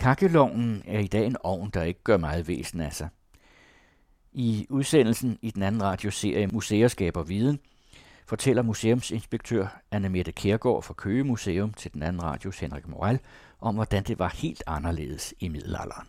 Kakkelovnen er i dag en ovn, der ikke gør meget væsen af sig. I udsendelsen i den anden radioserie Museer skaber viden, fortæller museumsinspektør Anne-Mette Kjærgaard fra Køge Museum til den anden radios Henrik Moral om, hvordan det var helt anderledes i middelalderen.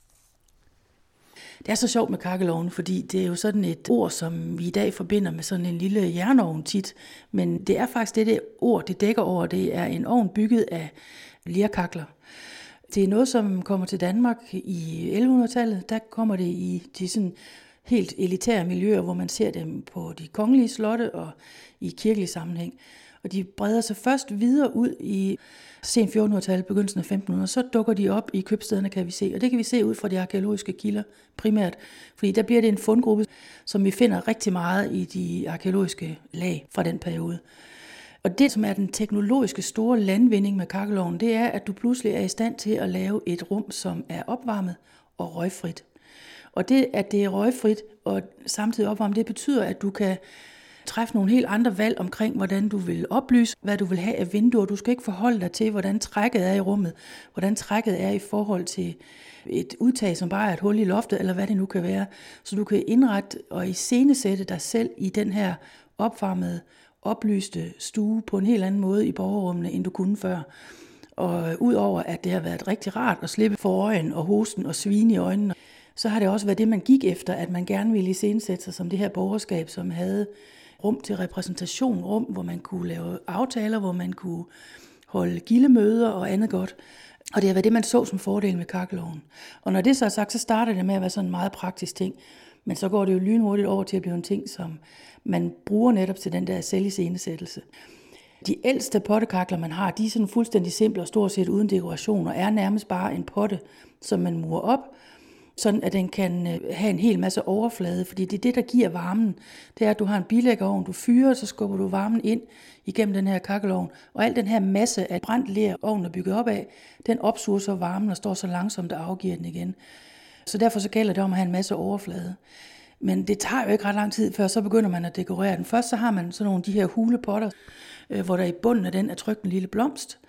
Det er så sjovt med kakkelovnen, fordi det er jo sådan et ord, som vi i dag forbinder med sådan en lille jernovn tit. Men det er faktisk det ord, det dækker over. Det er en ovn bygget af lerkakler. Det er noget, som kommer til Danmark i 1100-tallet. Der kommer det i de sådan helt elitære miljøer, hvor man ser dem på de kongelige slotte og i kirkelig sammenhæng. Og de breder sig først videre ud i sen 1400-tallet, begyndelsen af 1500, så dukker de op i købstederne, kan vi se. Og det kan vi se ud fra de arkæologiske kilder primært, fordi der bliver det en fundgruppe, som vi finder rigtig meget i de arkæologiske lag fra den periode. Og det, som er den teknologiske store landvinding med kakkelovnen, det er, at du pludselig er i stand til at lave et rum, som er opvarmet og røgfrit. Og det, at det er røgfrit og samtidig opvarmet, det betyder, at du kan træffe nogle helt andre valg omkring, hvordan du vil oplyse, hvad du vil have af vinduer. Du skal ikke forholde dig til, hvordan trækket er i rummet, hvordan trækket er i forhold til et udtag, som bare er et hul i loftet, eller hvad det nu kan være. Så du kan indrette og iscenesætte dig selv i den her opvarmede, oplyste stue på en helt anden måde i borgerrummene, end du kunne før. Og udover at det har været rigtig rart at slippe for øjen og hosten og svine i øjnene, så har det også været det, man gik efter, at man gerne ville iscenesætte sig som det her borgerskab, som havde rum til repræsentation, rum, hvor man kunne lave aftaler, hvor man kunne holde gildemøder og andet godt. Og det har været det, man så som fordel med kakkelovnen. Og når det så er sagt, så starter det med at være sådan en meget praktisk ting. Men så går det jo lynhurtigt over til at blive en ting, som man bruger netop til den der selviscenesættelse. De ældste pottekakler, man har, de er sådan fuldstændig simple og stort set uden dekoration, og er nærmest bare en potte, som man murer op, sådan at den kan have en hel masse overflade, fordi det er det, der giver varmen. Det er, at du har en bilæggerovn, du fyrer, så skubber du varmen ind igennem den her kakkelovn, og al den her masse af brændt ler, ovnen er bygget op af, den opsuger så varmen og står så langsomt og afgiver den igen. Så derfor så gælder det om at have en masse overflade. Men det tager jo ikke ret lang tid, før så begynder man at dekorere den. Først så har man sådan nogle af de her hulepotter, hvor der i bunden af den er trykt en lille blomst.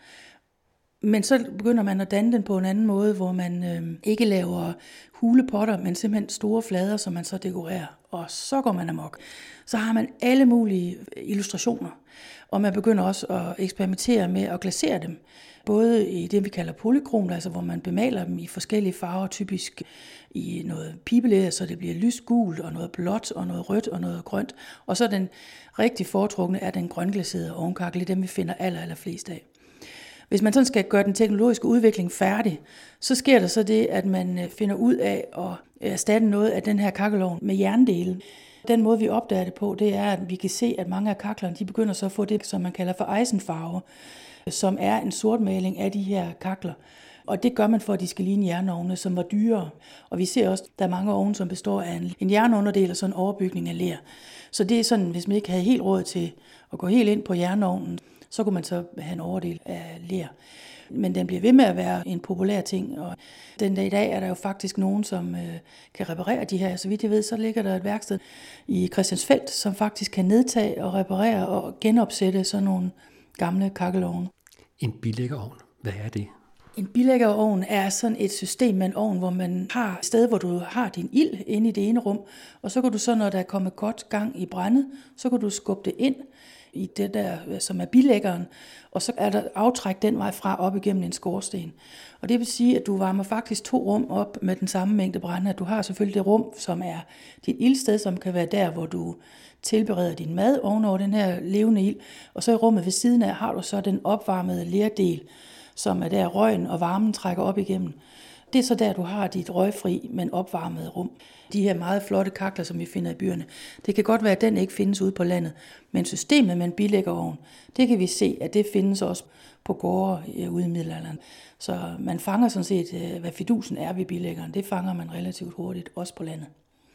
Men så begynder man at danne den på en anden måde, hvor man ikke laver hulepotter, men simpelthen store flader, som man så dekorerer. Og så går man amok. Så har man alle mulige illustrationer, og man begynder også at eksperimentere med at glasere dem. Både i det, vi kalder polykrom, altså hvor man bemaler dem i forskellige farver, typisk i noget pibelæder, så det bliver lyst gult, og noget blåt, og noget rødt, og noget grønt. Og så den rigtig foretrukne er den grønglaserede ovnkakkel, dem vi finder allerflest af. Hvis man sådan skal gøre den teknologiske udvikling færdig, så sker der så det, at man finder ud af at erstatte noget af den her kakkelovn med jerndele. Den måde, vi opdager det på, det er, at vi kan se, at mange af kaklerne, de begynder så at få det, som man kalder for eisenfarve, som er en sortmaling af de her kakler. Og det gør man for, at de skal ligne jernovne, som var dyrere. Og vi ser også, at der er mange ovne, som består af en jernunderdel og sådan en overbygning af ler. Så det er sådan, hvis man ikke havde helt råd til at gå helt ind på jernovnen, så kunne man så have en overdel af ler. Men den bliver ved med at være en populær ting, og den dag i dag er der jo faktisk nogen, som kan reparere de her. Så vidt jeg ved, så ligger der et værksted i Christiansfeld, som faktisk kan nedtage og reparere og genopsætte sådan nogle gamle kakkelovne. En bilæggerovn, hvad er det? En bilæggerovn er sådan et system med en ovn, hvor man har et sted, hvor du har din ild inde i det ene rum, og så kan du så, når der er kommet godt gang i brændet, så kan du skubbe det ind i det der, som er bilæggeren, og så er der aftræk den vej fra op igennem en skorsten. Og det vil sige, at du varmer faktisk 2 rum op med den samme mængde brænde. Du har selvfølgelig det rum, som er dit ildsted, som kan være der, hvor du tilbereder din mad ovenover den her levende ild, og så i rummet ved siden af har du så den opvarmede lerdel, som er der røgen og varmen trækker op igennem. Det er så der, du har dit røgfri, men opvarmede rum. De her meget flotte kakler, som vi finder i byerne, det kan godt være, at den ikke findes ude på landet, men systemet med en bilæggerovn, det kan vi se, at det findes også på gårde ude i middelalderen. Så man fanger sådan set, hvad fidusen er ved bilæggeren. Det fanger man relativt hurtigt, også på landet.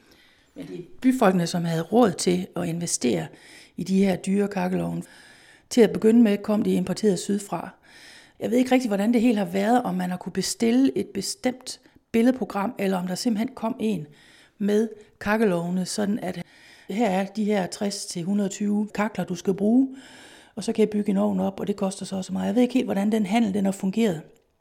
Men det er byfolkene, som havde råd til at investere i de her dyre kakkelovne. Til at begynde med kom de importeret sydfra. Jeg ved ikke rigtig, hvordan det helt har været, om man har kunne bestille et bestemt billedprogram, eller om der simpelthen kom en med kakkelovne, sådan at her er de her 60-120 kakler, du skal bruge, og så kan jeg bygge en ovn op, og det koster så meget. Jeg ved ikke helt, hvordan den handel den har fungeret.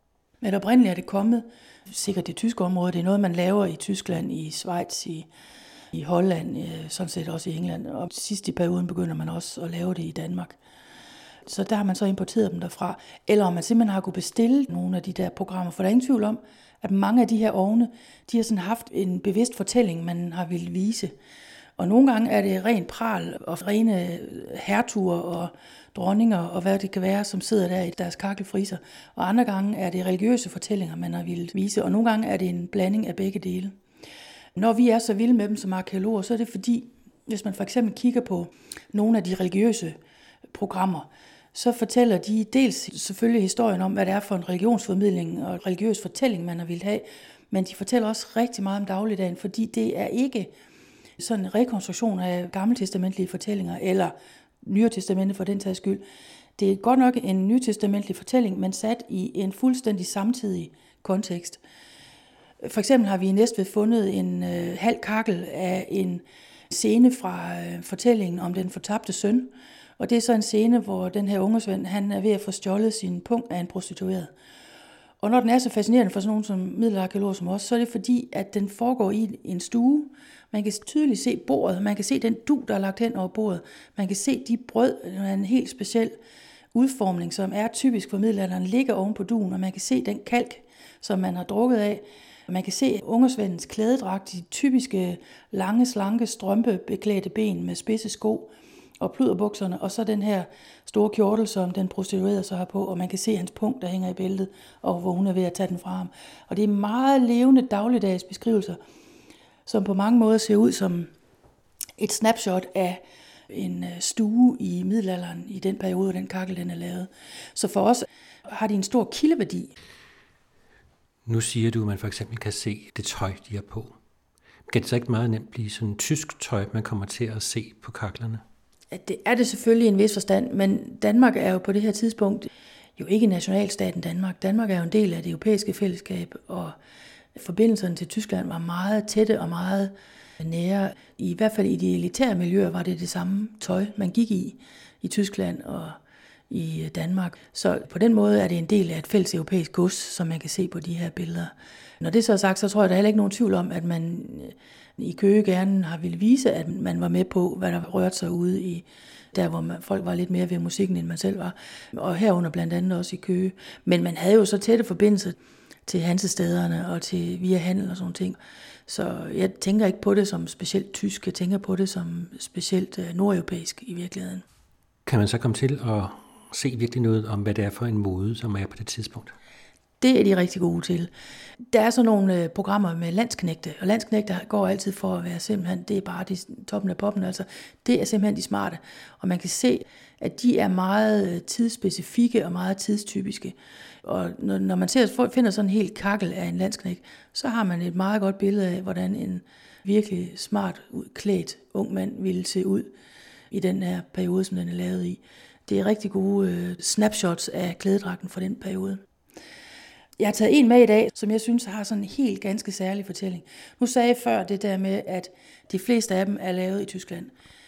Men oprindeligt er det kommet, sikkert det tyske område, det er noget, man laver i Tyskland, i Schweiz, i Holland, sådan set også i England. Og sidst i perioden begynder man også at lave det i Danmark. Så der har man så importeret dem derfra. Eller om man simpelthen har kunnet bestille nogle af de der programmer. For der er ingen tvivl om, at mange af de her ovne, de har sådan haft en bevidst fortælling, man har ville vise. Og nogle gange er det ren pral og rene hertuger og dronninger og hvad det kan være, som sidder der i deres kakkelfriser. Og andre gange er det religiøse fortællinger, man har ville vise. Og nogle gange er det en blanding af begge dele. Når vi er så vilde med dem som arkeologer, så er det fordi, hvis man for eksempel kigger på nogle af de religiøse programmer, så fortæller de dels selvfølgelig historien om, hvad det er for en religionsformidling og religiøs fortælling, man har ville have, men de fortæller også rigtig meget om dagligdagen, fordi det er ikke sådan en rekonstruktion af gammeltestamentlige fortællinger, eller Nye Testamente for den tages skyld. Det er godt nok en nytestamentlig fortælling, men sat i en fuldstændig samtidig kontekst. For eksempel har vi i Næstved fundet en halv kakkel af en scene fra fortællingen om den fortabte søn. Og det er så en scene, hvor den her ungesvend, han er ved at få stjålet sin punkt af en prostitueret. Og når den er så fascinerende for sådan nogen som middelarkeologer som os, så er det fordi, at den foregår i en stue. Man kan tydeligt se bordet, man kan se den dug, der er lagt hen over bordet. Man kan se de brød, der er en helt speciel udformning, som er typisk for middelalderen, ligger oven på duen, og man kan se den kalk, som man har drukket af. Man kan se ungesvendens klædedragt, de typiske lange, slanke, strømpebeklædte ben med spidse sko og pluderbukserne, og så den her store kjortel, som den prostituerede så har på, og man kan se hans punkt, der hænger i bæltet, og hvor hun er ved at tage den fra ham. Og det er meget levende dagligdags beskrivelser, som på mange måder ser ud som et snapshot af en stue i middelalderen i den periode, hvor den kakkel den er lavet. Så for os har de en stor kildeværdi. Nu siger du, at man for eksempel kan se det tøj, de har på. Kan det så ikke meget nemt blive sådan tysk tøj, man kommer til at se på kaklerne? Det er det selvfølgelig i en vis forstand, men Danmark er jo på det her tidspunkt jo ikke nationalstaten Danmark. Danmark er jo en del af det europæiske fællesskab, og forbindelserne til Tyskland var meget tætte og meget nære. I hvert fald i de elitære miljøer var det samme tøj, man gik i Tyskland og i Danmark. Så på den måde er det en del af et fælles europæisk gods, som man kan se på de her billeder. Når det så er sagt, så tror jeg, der er heller ikke nogen tvivl om, at man i Køge gerne har ville vise, at man var med på, hvad der rørte sig ude i der, hvor folk var lidt mere ved musikken, end man selv var. Og herunder blandt andet også i Køge. Men man havde jo så tætte forbindelser til Hansestæderne og til via handel og sådan ting. Så jeg tænker ikke på det som specielt tysk, jeg tænker på det som specielt nordeuropæisk i virkeligheden. Kan man så komme til at se virkelig noget om, hvad det er for en mode, som er på det tidspunkt? Det er de rigtig gode til. Der er så nogle programmer med landsknægte, og landsknægte går altid for at være simpelthen, det er bare toppen af poppen, altså det er simpelthen de smarte. Og man kan se, at de er meget tidsspecifikke og meget tidstypiske. Og når man finder sådan en helt kakkel af en landsknægt, så har man et meget godt billede af, hvordan en virkelig smart klædt ung mand ville se ud i den her periode, som den er lavet i. Det er rigtig gode snapshots af klædedragten fra den periode. Jeg har taget en med i dag, som jeg synes har sådan en helt ganske særlig fortælling. Nu sagde jeg før det der med, at de fleste af dem er lavet i Tyskland.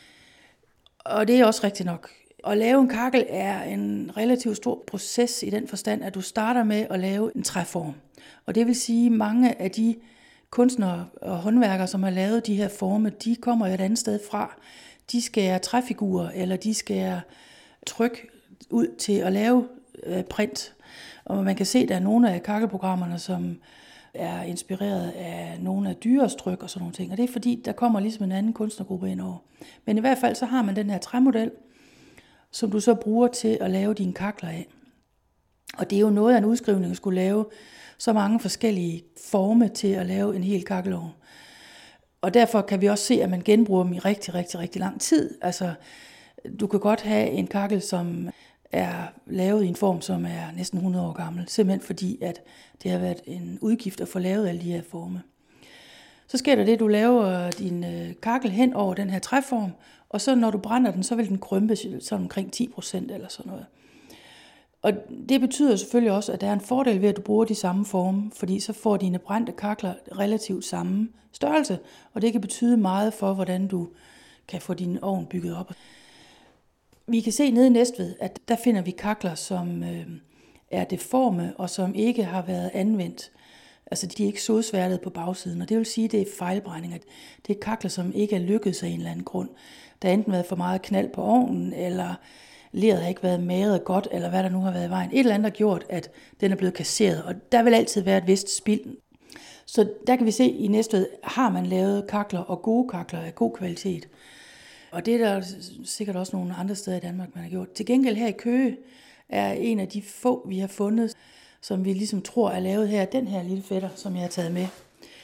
Og det er også rigtigt nok. At lave en kakkel er en relativt stor proces i den forstand, at du starter med at lave en træform. Og det vil sige, at mange af de kunstnere og håndværkere, som har lavet de her forme, de kommer et andet sted fra. De skærer træfigurer, eller de skærer tryk ud til at lave print. Og man kan se, at der er nogle af kakkelprogrammerne, som er inspireret af nogle af dyrers tryk og sådan nogle ting. Og det er fordi, der kommer ligesom en anden kunstnergruppe ind over. Men i hvert fald så har man den her træmodel, som du så bruger til at lave dine kakler af. Og det er jo noget af en udskrivning at skulle lave så mange forskellige former til at lave en hel kakkelovn. Og derfor kan vi også se, at man genbruger dem i rigtig, rigtig, rigtig lang tid. Altså, du kan godt have en kakkel, som er lavet i en form, som er næsten 100 år gammel, simpelthen fordi, at det har været en udgift at få lavet alle de her former. Så sker der det, du laver din kakkel hen over den her træform, og så når du brænder den, så vil den krympe sådan omkring 10% eller sådan noget. Og det betyder selvfølgelig også, at der er en fordel ved, at du bruger de samme former, fordi så får dine brændte kakler relativt samme størrelse, og det kan betyde meget for, hvordan du kan få din ovn bygget op. Vi kan se nede i Næstved, at der finder vi kakler, som er deforme og som ikke har været anvendt. Altså de er ikke sodsværtet på bagsiden, og det vil sige, at det er fejlbrændinger. Det er kakler, som ikke er lykkedes af en eller anden grund. Der har enten været for meget knald på ovnen, eller leret har ikke været magret godt, eller hvad der nu har været i vejen. Et eller andet har gjort, at den er blevet kasseret, og der vil altid være et vist spild. Så der kan vi se i Næstved, har man lavet kakler, og gode kakler af god kvalitet. Og det er der sikkert også nogle andre steder i Danmark, man har gjort. Til gengæld her i Køge er en af de få, vi har fundet, som vi ligesom tror er lavet her, den her lille fætter, som jeg har taget med.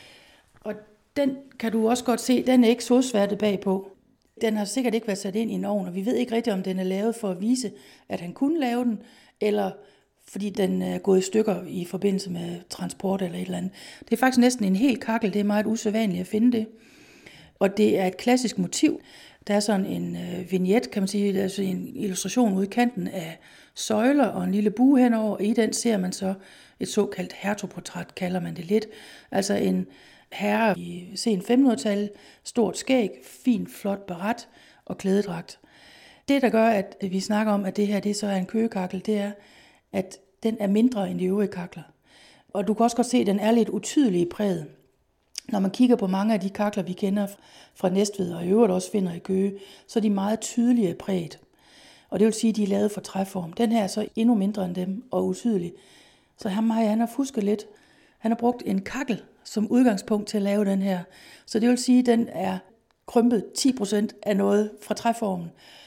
Og den kan du også godt se, den er ikke sodsværtet bagpå. Den har sikkert ikke været sat ind i en ovn, og vi ved ikke rigtigt, om den er lavet for at vise, at han kunne lave den, eller fordi den er gået i stykker i forbindelse med transport eller et eller andet. Det er faktisk næsten en hel kakkel, det er meget usædvanligt at finde det. Og det er et klassisk motiv. Der er sådan en vignet, kan man sige, altså en illustration ude i kanten af søjler og en lille bue henover, og i den ser man så et såkaldt hertugportræt, kalder man det lidt. Altså en herre i sen 1500-tallet, stort skæg, fint, flot baret og klædedragt. Det, der gør, at vi snakker om, at det her det så er en køgekakkel, det er, at den er mindre end de øvrige kakler. Og du kan også godt se, at den er lidt utydelig i præget. Når man kigger på mange af de kakler, vi kender fra Næstved og i øvrigt også finder i Køge, så er de meget tydelige præget. Og det vil sige, at de er lavet for træform. Den her er så endnu mindre end dem og utydelig. Så han har fusket lidt. Han har brugt en kakkel som udgangspunkt til at lave den her. Så det vil sige, at den er krympet 10% af noget fra træformen.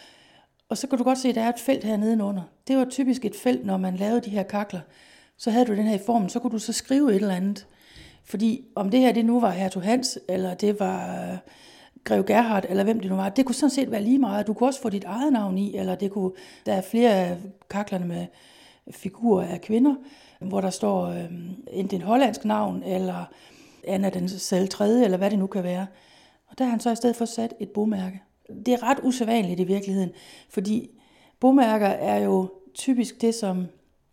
Og så kan du godt se, at der er et felt her nedenunder. Det var typisk et felt, når man lavede de her kakler. Så havde du den her i formen, så kunne du så skrive et eller andet. Fordi om det her det nu var hertug Hans, eller det var Grev Gerhard, eller hvem det nu var, det kunne sådan set være lige meget. Du kunne også få dit eget navn i, eller det kunne, der er flere af kaklerne med figurer af kvinder, hvor der står enten et hollandsk navn, eller Anna den selv tredje, eller hvad det nu kan være. Og der har han så i stedet for sat et bogmærke. Det er ret usædvanligt i virkeligheden, fordi bogmærker er jo typisk det, som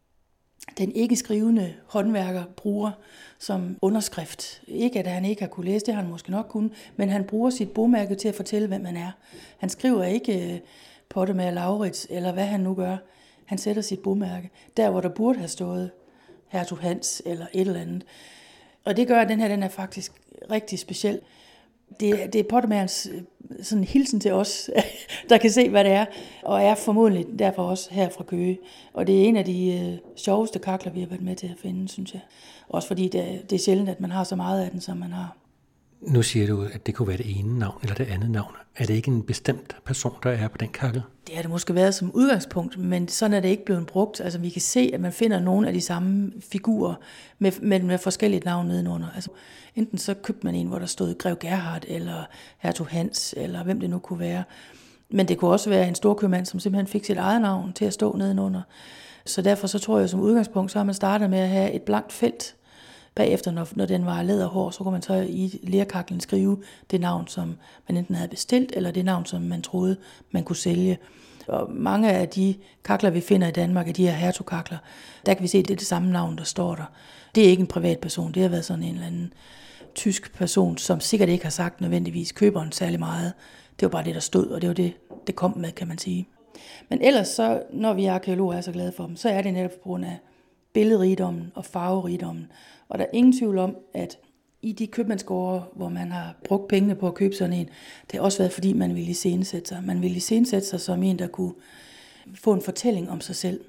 den ikke skrivende håndværker bruger som underskrift. Ikke at han ikke har kunne læse, det har han måske nok kunne, men han bruger sit bogmærke til at fortælle, hvem man er. Han skriver ikke Pottemager Laurits, eller hvad han nu gør. Han sætter sit bogmærke der, hvor der burde have stået hertug Hans, eller et eller andet. Og det gør, at den her den er faktisk rigtig speciel. Det er Pottemagerens sådan hilsen til os, der kan se, hvad det er, og er formodentlig derfor også her fra Køge. Og det er en af de sjoveste kakler, vi har været med til at finde, synes jeg. Også fordi det er sjældent, at man har så meget af den, som man har. Nu siger du, at det kunne være det ene navn eller det andet navn. Er det ikke en bestemt person, der er på den kakkel? Det har det måske været som udgangspunkt, men sådan er det ikke blevet brugt. Altså vi kan se, at man finder nogle af de samme figurer med forskellige navn nedenunder. Altså enten så købte man en, hvor der stod Grev Gerhard eller hertug Hans, eller hvem det nu kunne være. Men det kunne også være en storkøbmand, som simpelthen fik sit eget navn til at stå nedenunder. Så derfor så tror jeg som udgangspunkt, så har man startet med at have et blankt felt. Bagefter, når den var læderhår, så kunne man så i lerkaklen skrive det navn, som man enten havde bestilt, eller det navn, som man troede, man kunne sælge. Og mange af de kakler, vi finder i Danmark, af de her hertugkakler, der kan vi se, at det er det samme navn, der står der. Det er ikke en privatperson, det har været sådan en eller anden tysk person, som sikkert ikke har sagt nødvendigvis køberen særlig meget. Det var bare det, der stod, og det var det kom med, kan man sige. Men ellers så, når vi arkeologer er så glade for dem, så er det netop på grund af billedrigdommen og farverigdommen. Og der er ingen tvivl om, at i de købmandsgårde, hvor man har brugt pengene på at købe sådan en, det har også været, fordi man ville iscenesætte sig. Man ville iscenesætte sig som en, der kunne få en fortælling om sig selv.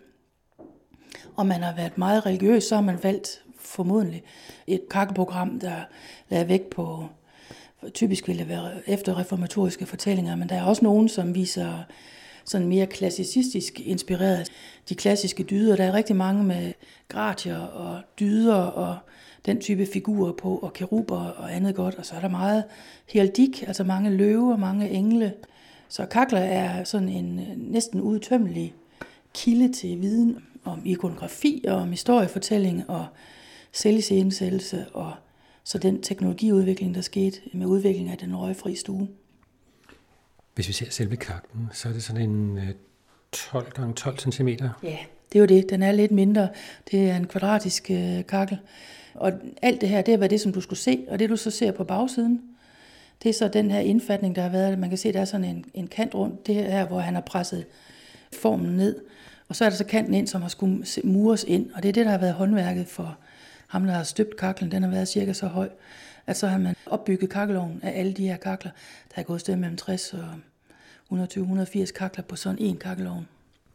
Og man har været meget religiøs, så har man valgt formodentlig et kakkelprogram, der lader vægt på, typisk ville det være efter reformatoriske fortællinger, men der er også nogen, som viser sådan mere klassicistisk inspireret. De klassiske dyder, der er rigtig mange med gratier og dyder og den type figurer på, og keruber og andet godt. Og så er der meget heraldik, altså mange løver, mange engle. Så kakler er sådan en næsten udtømmelig kilde til viden om ikonografi og om historiefortælling og selviscenesættelse og så den teknologiudvikling, der skete med udvikling af den røgfri stue. Hvis vi ser selve kaklen, så er det sådan en 12 x 12 cm. Ja, det er jo det. Den er lidt mindre. Det er en kvadratisk kakkel. Og alt det her, det var det, som du skulle se. Og det, du så ser på bagsiden, det er så den her indfatning, der har været. Man kan se, der er sådan en kant rundt. Det er her, hvor han har presset formen ned. Og så er der så kanten ind, som har skulle mures ind, og det er det, der har været håndværket for ham, der har støbt kaklen. Den har været cirka så høj, at så har man opbygget kakkelovnen af alle de her kakler. Der er gået sted mellem 60 og 120-180 kakler på sådan en kakkelovn.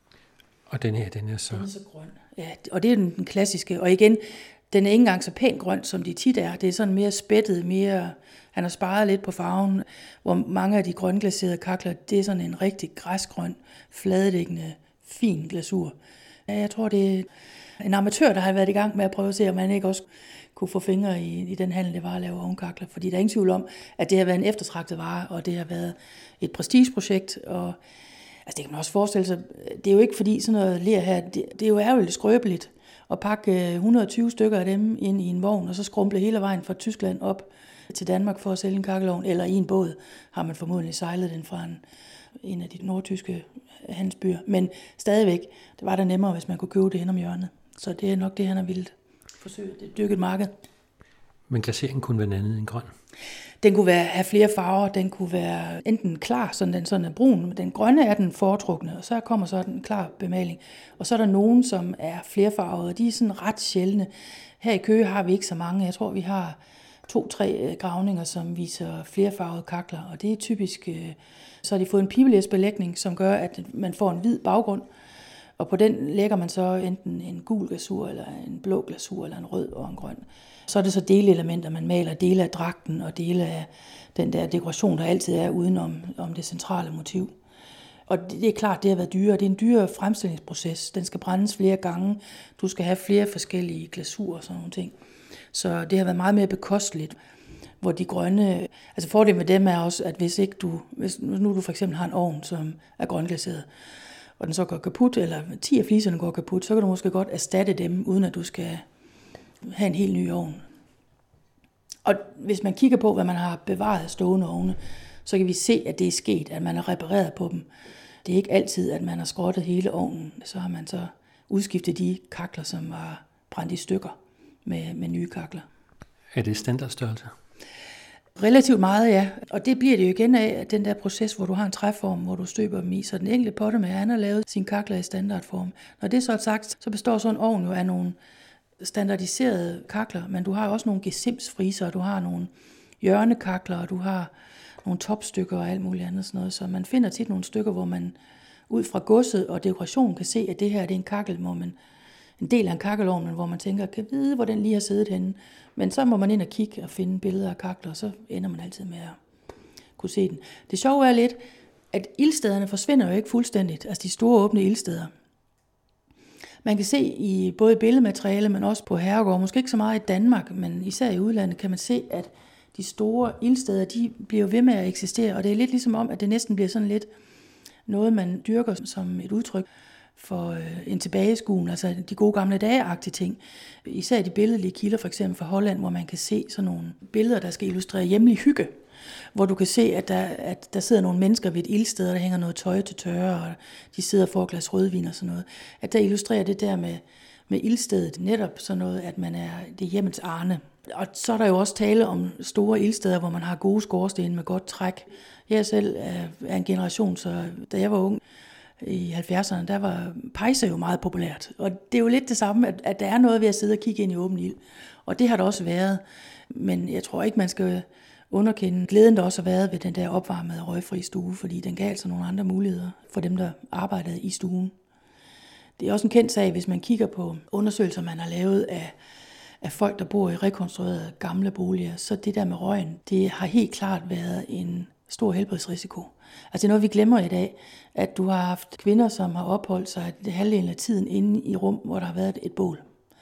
Og den her, den er så grøn. Ja, og det er den klassiske. Og igen, den er ikke engang så pænt grøn, som de tit er. Det er sådan mere spættet, han har sparet lidt på farven, hvor mange af de grønglaserede kakler, det er sådan en rigtig græsgrøn, fladedækkende, fin glasur. Ja, jeg tror, det er en amatør, der har været i gang med at prøve at se, om man ikke også kunne få fingre i den handel, det var at lave ovnkakler. Fordi der er ingen tvivl om, at det har været en eftertragtet vare, og det har været et prestigeprojekt. Og altså, det kan man også forestille sig. Det er jo ikke fordi sådan noget ler her, det er jo ærgerligt skrøbeligt at pakke 120 stykker af dem ind i en vogn, og så skrumple hele vejen fra Tyskland op til Danmark for at sælge en kakkelovn, eller i en båd har man formodentlig sejlet den fra en af de nordtyske handelsbyer. Men stadigvæk, det var da nemmere, hvis man kunne købe det hen om hjørnet. Så det er nok det, han har vildt forsøge. Det er et dyrket marked. Men glaseringen kunne være andet end grøn? Den kunne have flere farver. Den kunne være enten klar, sådan den sådan er brun, men den grønne er den foretrukne, og så kommer så den klar bemaling. Og så er der nogen, som er flerfarvede, og de er sådan ret sjældne. Her i Køge har vi ikke så mange. Jeg tror, vi har 2-3 gravninger, som viser flerfarvede kakler, og det er typisk, så har de fået en pibelæsbelægning, som gør, at man får en hvid baggrund, og på den lægger man så enten en gul glasur, eller en blå glasur, eller en rød og en grøn. Så er det så delelementer, man maler, dele af dragten og dele af den der dekoration, der altid er udenom om det centrale motiv. Og det er klart, det har været dyrere. Det er en dyrere fremstillingsproces. Den skal brændes flere gange. Du skal have flere forskellige glasurer og sådan nogle ting. Så det har været meget mere bekosteligt. Hvor de grønne, altså fordelen med dem er også, at hvis nu du for eksempel har en ovn, som er grønglaseret, og den så går kaput, eller 10 af fliserne går kaput, så kan du måske godt erstatte dem, uden at du skal have en helt ny ovn. Og hvis man kigger på, hvad man har bevaret stående ovne, så kan vi se, at det er sket, at man har repareret på dem. Det er ikke altid, at man har skrottet hele ovnen. Så har man så udskiftet de kakler, som var brændt i stykker med nye kakler. Er det standardstørrelse? Relativt meget, ja. Og det bliver det jo igen af, at den der proces, hvor du har en træform, hvor du støber dem i. Så den enkelte pottemager, han har lavet sine kakler i standardform. Når det så er sagt, så består sådan en ovn jo af nogle standardiserede kakler, men du har også nogle gesimsfriser, du har nogle hjørnekakler, og du har nogle topstykker og alt muligt andet sådan noget. Så man finder tit nogle stykker, hvor man ud fra godset og dekoration kan se, at det her det er en kakkel, hvor man en del af en kakkelovn, men hvor man tænker, kan vide, hvor den lige har siddet henne. Men så må man ind og kigge og finde billeder af kakler, og så ender man altid med at kunne se den. Det sjove er lidt, at ildstederne forsvinder jo ikke fuldstændigt, altså de store åbne ildsteder. Man kan se i både billedmateriale, men også på herregård, måske ikke så meget i Danmark, men især i udlandet, kan man se, at de store ildsteder, de bliver ved med at eksistere, og det er lidt ligesom om, at det næsten bliver sådan lidt noget, man dyrker som et udtryk for en tilbageskuen, altså de gode gamle dage-agtige ting. Især de billedlige kilder, for eksempel fra Holland, hvor man kan se sådan nogle billeder, der skal illustrere hjemlig hygge, hvor du kan se, at der sidder nogle mennesker ved et ildsted, og der hænger noget tøj til tørre, og de sidder for et glas rødvin og sådan noget. At der illustrerer det der med ildstedet, netop sådan noget, at man er det hjemmets arne. Og så er der jo også tale om store ildsteder, hvor man har gode skorstene med godt træk. Jeg selv er en generation, så da jeg var ung, i 70'erne, der var pejse jo meget populært. Og det er jo lidt det samme, at der er noget ved at sidde og kigge ind i åben ild. Og det har der også været. Men jeg tror ikke, man skal underkende glæden, der også har været ved den der opvarmede røgfri stue, fordi den gav altså nogle andre muligheder for dem, der arbejdede i stuen. Det er også en kendt sag, hvis man kigger på undersøgelser, man har lavet af folk, der bor i rekonstruerede gamle boliger, så det der med røgen, det har helt klart været en stor helbredsrisiko. Altså det er noget, vi glemmer i dag, at du har haft kvinder, som har opholdt sig halvdelen af tiden inde i rum, hvor der har været et bål.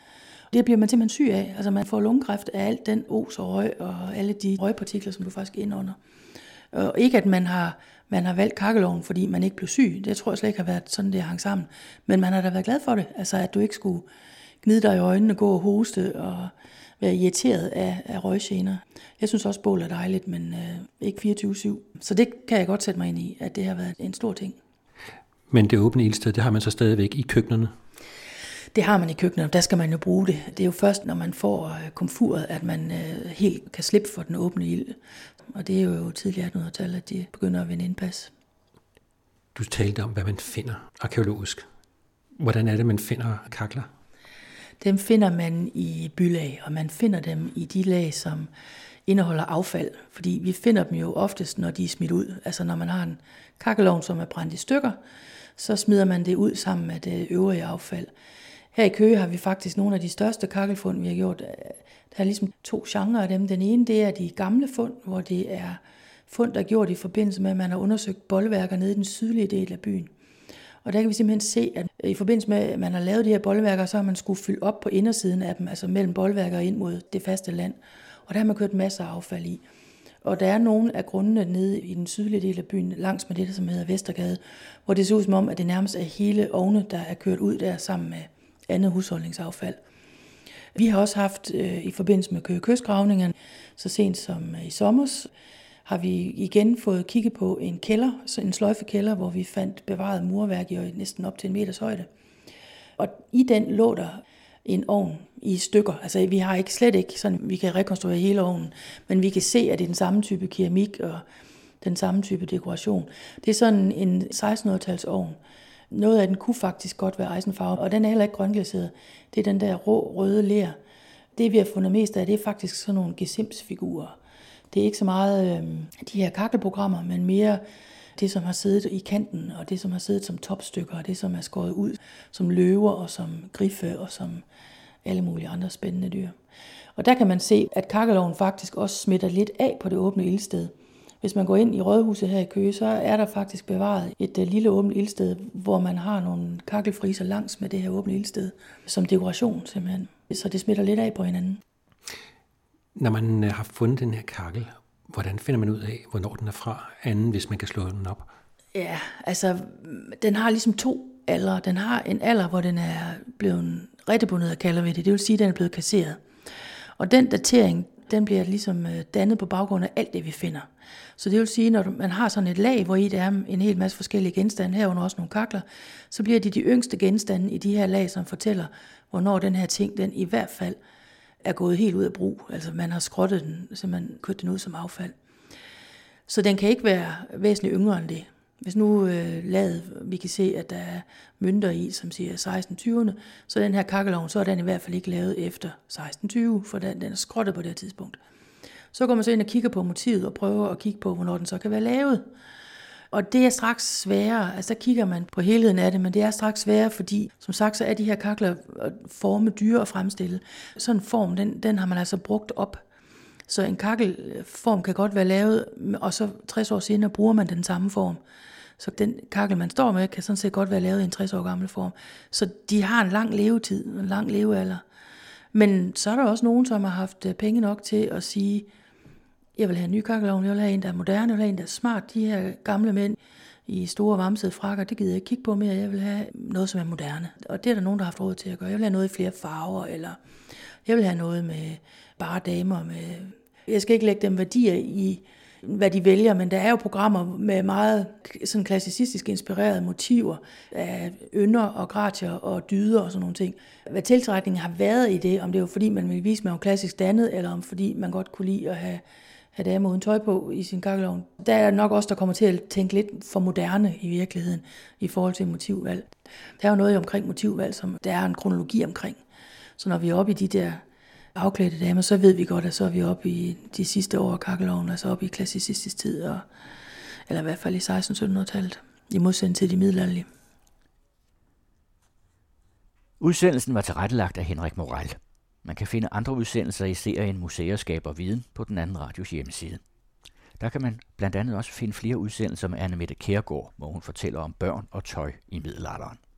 Det bliver man simpelthen syg af. Altså man får lungekræft af alt den os og røg og alle de røgpartikler, som du faktisk indånder. Og ikke at man har valgt kakkelovnen, fordi man ikke blev syg. Det tror jeg slet ikke har været sådan, det hang sammen. Men man har da været glad for det. Altså at du ikke skulle gnide dig i øjnene, gå og hoste og være irriteret af røggener. Jeg synes også, bål er dejligt, men ikke 24/7. Så det kan jeg godt sætte mig ind i, at det har været en stor ting. Men det åbne ildsted, det har man så stadigvæk i køkkenerne? Det har man i køkkenet, og der skal man jo bruge det. Det er jo først, når man får komfuret, at man helt kan slippe for den åbne ild. Og det er jo tidligere 1800-tallet, at de begynder at vinde indpas. Du talte om, hvad man finder arkæologisk. Hvordan er det, man finder kakler? Dem finder man i bylag, og man finder dem i de lag, som indeholder affald. Fordi vi finder dem jo oftest, når de er smidt ud. Altså når man har en kakkelovn, som er brændt i stykker, så smider man det ud sammen med det øvrige affald. Her i Køge har vi faktisk nogle af de største kakkelfund, vi har gjort. Der er ligesom 2 genrer af dem. Den ene, det er de gamle fund, hvor det er fund, der er gjort i forbindelse med, at man har undersøgt bolværker nede i den sydlige del af byen. Og der kan vi simpelthen se, at i forbindelse med, at man har lavet de her bolværker, så har man skulle fylde op på indersiden af dem, altså mellem bolværker og ind mod det faste land. Og der har man kørt masser af affald i. Og der er nogle af grundene nede i den sydlige del af byen, langs med det, som hedder Vestergade, hvor det ser ud som om, at det nærmest er hele ovne, der er kørt ud der sammen med andet husholdningsaffald. Vi har også haft i forbindelse med Køge Kystgravningen, så sent som i sommers, har vi igen fået kigget på en kælder, en sløjfekælder, hvor vi fandt bevaret murværk i næsten op til 1 meters højde. Og i den lå der en ovn i stykker. Altså vi har slet ikke sådan, vi kan rekonstruere hele ovnen, men vi kan se, at det er den samme type keramik og den samme type dekoration. Det er sådan en 1600-tals ovn. Noget af den kunne faktisk godt være eisenfarve, og den er heller ikke grønglaseret. Det er den der rå røde ler. Det vi har fundet mest af, det er faktisk sådan nogle gesimsfigurer. Det er ikke så meget de her kakkelprogrammer, men mere det, som har siddet i kanten, og det, som har siddet som topstykker, og det, som er skåret ud som løver, og som griffe, og som alle mulige andre spændende dyr. Og der kan man se, at kakkelovnen faktisk også smitter lidt af på det åbne ildsted. Hvis man går ind i Rådhuset her i Køge, så er der faktisk bevaret et lille åbent ildsted, hvor man har nogle kakkelfriser langs med det her åbne ildsted, som dekoration simpelthen. Så det smitter lidt af på hinanden. Når man har fundet den her kakkel, hvordan finder man ud af, hvornår den er fra, anden hvis man kan slå den op? Ja, altså den har ligesom 2 aldre. Den har en alder, hvor den er blevet rettebundet, kalder vi det. Det vil sige, at den er blevet kasseret. Og den datering, den bliver ligesom dannet på baggrund af alt det, vi finder. Så det vil sige, når man har sådan et lag, hvor i der er en hel masse forskellige genstande, herunder også nogle kakler, så bliver det de yngste genstande i de her lag, som fortæller, hvornår den her ting, den i hvert fald er gået helt ud af brug. Altså man har skrottet den, så man kørt den ud som affald. Så den kan ikke være væsentligt yngre end det. Hvis nu vi kan se, at der er mønter i, som siger 1620'erne, så den her kakkelovn, så er den i hvert fald ikke lavet efter 1620, for den er skrottet på det her tidspunkt. Så går man så ind og kigger på motivet og prøver at kigge på, hvornår den så kan være lavet. Og det er straks sværere, altså der kigger man på helheden af det, men det er straks sværere, fordi som sagt, så er de her kakler forme dyre at fremstille. Sådan en form, den har man altså brugt op. Så en kakkelform kan godt være lavet, og så 60 år senere bruger man den samme form. Så den kakkel, man står med, kan sådan set godt være lavet i en 60 år gammel form. Så de har en lang levetid, en lang levealder. Men så er der også nogen, som har haft penge nok til at sige, jeg vil have en ny kakkelovn, jeg vil have en, der er moderne, jeg vil have en, der er smart. De her gamle mænd i store vamsede frakker, det gider jeg ikke kigge på mere. Jeg vil have noget, som er moderne. Og det er der nogen, der har haft råd til at gøre. Jeg vil have noget i flere farver, eller jeg vil have noget med bare damer. Jeg skal ikke lægge dem værdier i, hvad de vælger, men der er jo programmer med meget sådan klassicistisk inspirerede motiver af ynder og gratier og dyder og sådan nogle ting. Hvad tiltrækningen har været i det, om det er jo fordi, man vil vise, at man er klassisk dannet, eller om fordi man godt kunne lide at have damer uden tøj på i sin kakkelovn. Der er nok også, der kommer til at tænke lidt for moderne i virkeligheden i forhold til motivvalg. Der er jo noget omkring motivvalg, som der er en kronologi omkring. Så når vi er oppe i de der afklædte damer, så ved vi godt, at så er vi oppe i de sidste år af kakkelovnen, altså oppe i klassicistisk tid, eller i hvert fald i 1600-1700-tallet, i modsætning til de middelalderlige. Udsendelsen var tilrettelagt af Henrik Moral. Man kan finde andre udsendelser i serien Museer skaber viden på den anden radios hjemmeside. Der kan man blandt andet også finde flere udsendelser med Annemette Kjærgaard, hvor hun fortæller om børn og tøj i middelalderen.